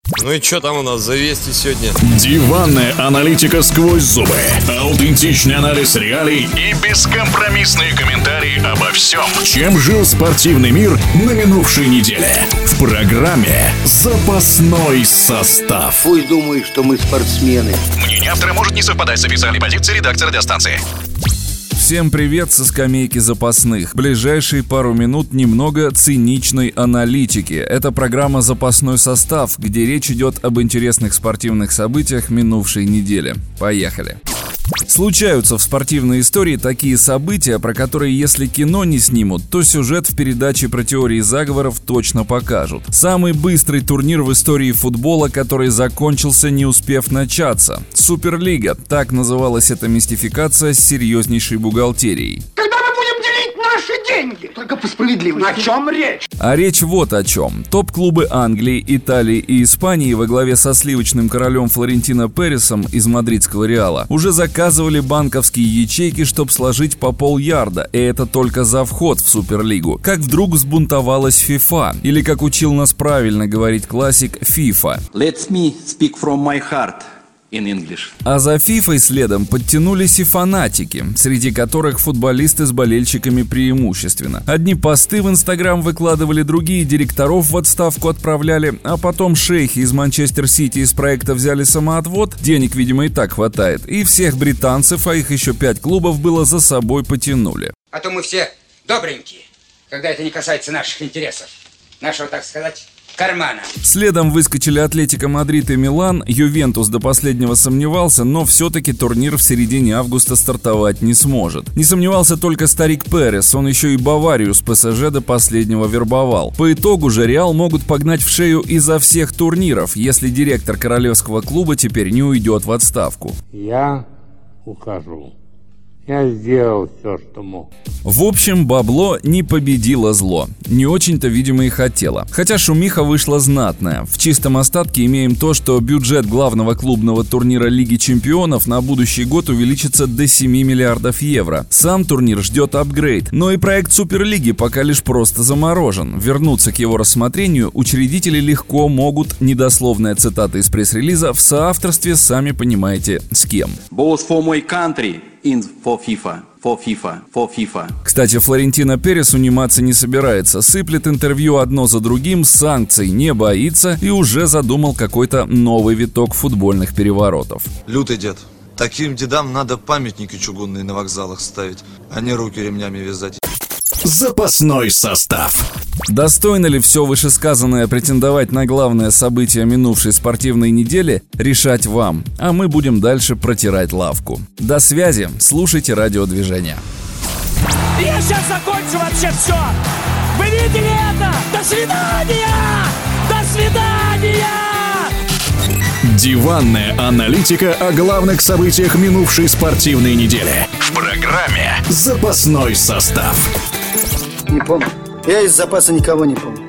Ну и что там у нас за вести сегодня? Диванная аналитика сквозь зубы. Аутентичный анализ реалий и бескомпромиссные комментарии обо всем, чем жил спортивный мир на минувшей неделе. В программе «Запасной состав». Пусть думают, что мы спортсмены. Мнение автора может не совпадать с официальной позицией редактора радиостанции. Всем привет со скамейки запасных. Ближайшие пару минут немного циничной аналитики. Это программа «Запасной состав», где речь идет об интересных спортивных событиях минувшей недели. Поехали. Случаются в спортивной истории такие события, про которые если кино не снимут, то сюжет в передаче про теории заговоров точно покажут. Самый быстрый турнир в истории футбола, который закончился, не успев начаться. Суперлига. Так называлась эта мистификация с серьезнейшей бухгалтерией. Когда мы будем делить наши деньги? Только по справедливости. О чем речь? А речь вот о чем. Топ-клубы Англии, Италии и Испании во главе со сливочным королем Флорентино Пересом из мадридского Реала уже заказывали банковские ячейки, чтобы сложить по полярда, и это только за вход в Суперлигу. Как вдруг взбунтовалась FIFA, или, как учил нас правильно говорить классик, FIFA. Let me speak from my heart. In English. А за FIFA следом подтянулись и фанатики, среди которых футболисты с болельщиками преимущественно. Одни посты в Инстаграм выкладывали, другие директоров в отставку отправляли, а потом шейхи из Манчестер-Сити из проекта взяли самоотвод, денег, видимо, и так хватает, и всех британцев, а их еще 5 клубов было, за собой потянули. А то мы все добренькие, когда это не касается наших интересов, нашего, так сказать, кармана. Следом выскочили Атлетико Мадрид и Милан. Ювентус до последнего сомневался, но все-таки турнир в середине августа стартовать не сможет. Не сомневался только старик Перес, он еще и Баварию с ПСЖ до последнего вербовал. По итогу же Реал могут погнать в шею изо всех турниров, если директор королевского клуба теперь не уйдет в отставку. Я ухожу. Я сделал все, что мог. В общем, бабло не победило зло. Не очень-то, видимо, и хотело. Хотя шумиха вышла знатная. В чистом остатке имеем то, что бюджет главного клубного турнира Лиги Чемпионов на будущий год увеличится до 7 миллиардов евро. Сам турнир ждет апгрейд. Но и проект Суперлиги пока лишь просто заморожен. Вернуться к его рассмотрению учредители легко могут, недословная цитата из пресс-релиза, в соавторстве, сами понимаете, с кем. Both for my country and for FIFA. For FIFA. Кстати, Флорентино Перес униматься не собирается. Сыплет интервью одно за другим, санкций не боится и уже задумал какой-то новый виток футбольных переворотов. Лютый дед. Таким дедам надо памятники чугунные на вокзалах ставить, а не руки ремнями вязать. Запасной состав. Достойно ли все вышесказанное претендовать на главное событие минувшей спортивной недели, решать вам, а мы будем дальше протирать лавку. До связи, слушайте радиодвижение. Я сейчас закончу вообще все. Вы видели это? До свидания! До свидания! Диванная аналитика о главных событиях минувшей спортивной недели. В программе «Запасной состав». Не помню. Я из запаса никого не помню.